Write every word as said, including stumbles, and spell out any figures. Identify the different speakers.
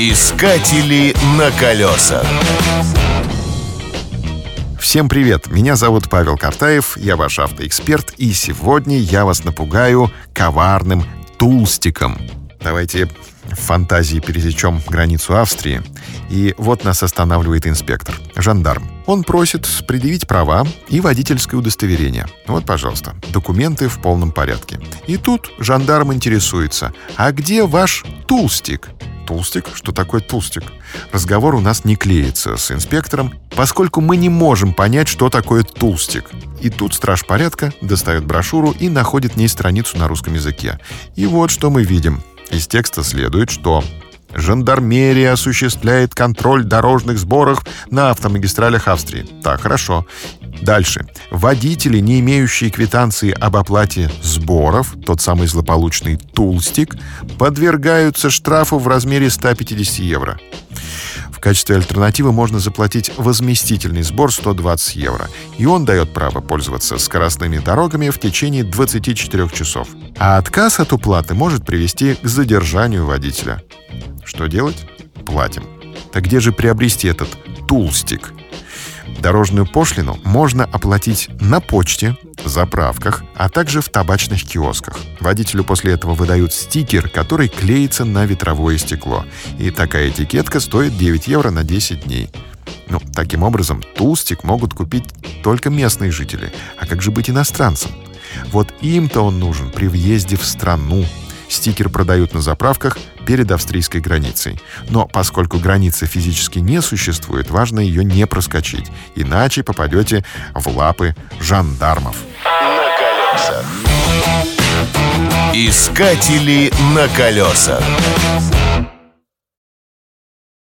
Speaker 1: Искатели на колесах.
Speaker 2: Всем привет! Меня зовут Павел Картаев, я ваш автоэксперт, и сегодня я вас напугаю коварным тулстиком. Давайте в фантазии пересечем границу Австрии. И вот нас останавливает инспектор, жандарм. Он просит предъявить права и водительское удостоверение. Вот, пожалуйста, документы в полном порядке. И тут жандарм интересуется: а где ваш тулстик? Тулстик? Что такое тулстик? Разговор у нас не клеится с инспектором, поскольку мы не можем понять, что такое тулстик. И тут страж порядка достает брошюру и находит в ней страницу на русском языке. И вот что мы видим. Из текста следует, что жандармерия осуществляет контроль дорожных сборов на автомагистралях Австрии. Так, хорошо. Дальше. Водители, не имеющие квитанции об оплате сборов, тот самый злополучный тулстик, подвергаются штрафу в размере сто пятьдесят евро. В качестве альтернативы можно заплатить возместительный сбор сто двадцать евро. И он дает право пользоваться скоростными дорогами в течение двадцати четырёх часов. А отказ от уплаты может привести к задержанию водителя. Что делать? Платим. Так где же приобрести этот тулстик? Дорожную пошлину можно оплатить на почте, заправках, а также в табачных киосках. Водителю после этого выдают стикер, который клеится на ветровое стекло. И такая этикетка стоит девять евро на десять дней. Ну, таким образом, тулстик могут купить только местные жители. А как же быть иностранцам? Вот им-то он нужен при въезде в страну. Стикер продают на заправках перед австрийской границей. Но поскольку границы физически не существует, важно ее не проскочить. Иначе попадете в лапы жандармов.
Speaker 1: На колесах. Искатели на колесах.